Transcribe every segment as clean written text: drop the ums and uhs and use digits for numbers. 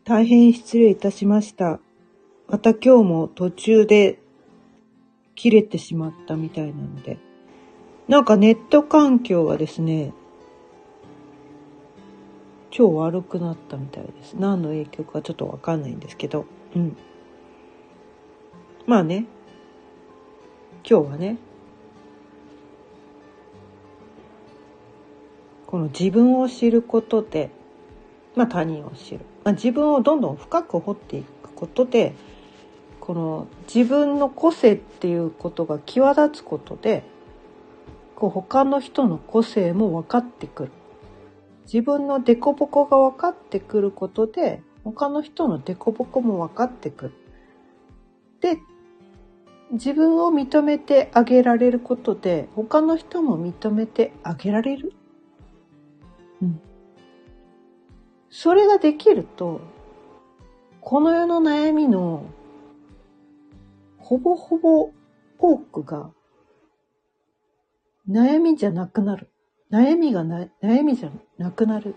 大変失礼いたしました。また今日も途中で切れてしまったみたいなので。なんかネット環境がですね、超悪くなったみたいです。何の影響かちょっとわかんないんですけど。まあね、今日はね、この自分を知ることで、他人を知る。自分をどんどん深く掘っていくことで、この自分の個性っていうことが際立つことで、他の人の個性も分かってくる。自分のデコボコが分かってくることで、他の人のデコボコも分かってくる。で、自分を認めてあげられることで、他の人も認めてあげられる。それができると、この世の悩みのほぼほぼ多くが悩みじゃなくなる。悩みじゃなくなる。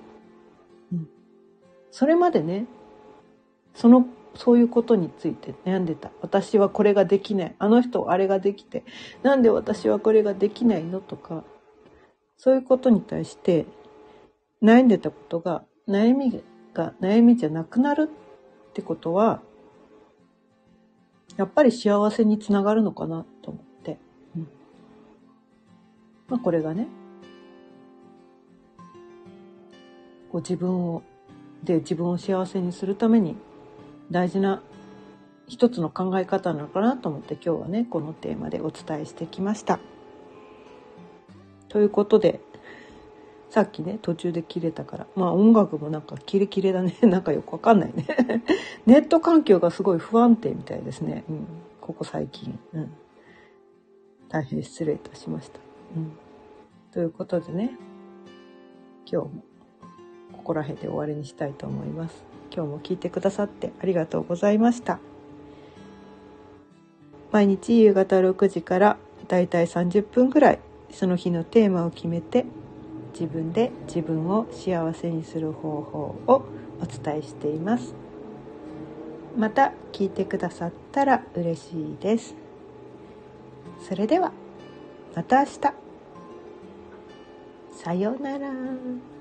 それまでね、そういうことについて悩んでた。私はこれができない。あの人あれができて、なんで私はこれができないのとか、そういうことに対して悩んでたことが悩みじゃなくなるってことは、やっぱり幸せにつながるのかなと思って。これがね、自分を幸せにするために大事な一つの考え方なのかなと思って、今日はね、このテーマでお伝えしてきました。ということで、さっきね、途中で切れたから、音楽もなんかキレキレだね。なんかよくわかんないね。ネット環境がすごい不安定みたいですね。ここ最近。大変失礼いたしました。ということでね、今日もここら辺で終わりにしたいと思います。今日も聞いてくださってありがとうございました。毎日夕方6時からだいたい30分ぐらい、その日のテーマを決めて、自分で自分を幸せにする方法をお伝えしています。また聞いてくださったら嬉しいです。それではまた明日。さようなら。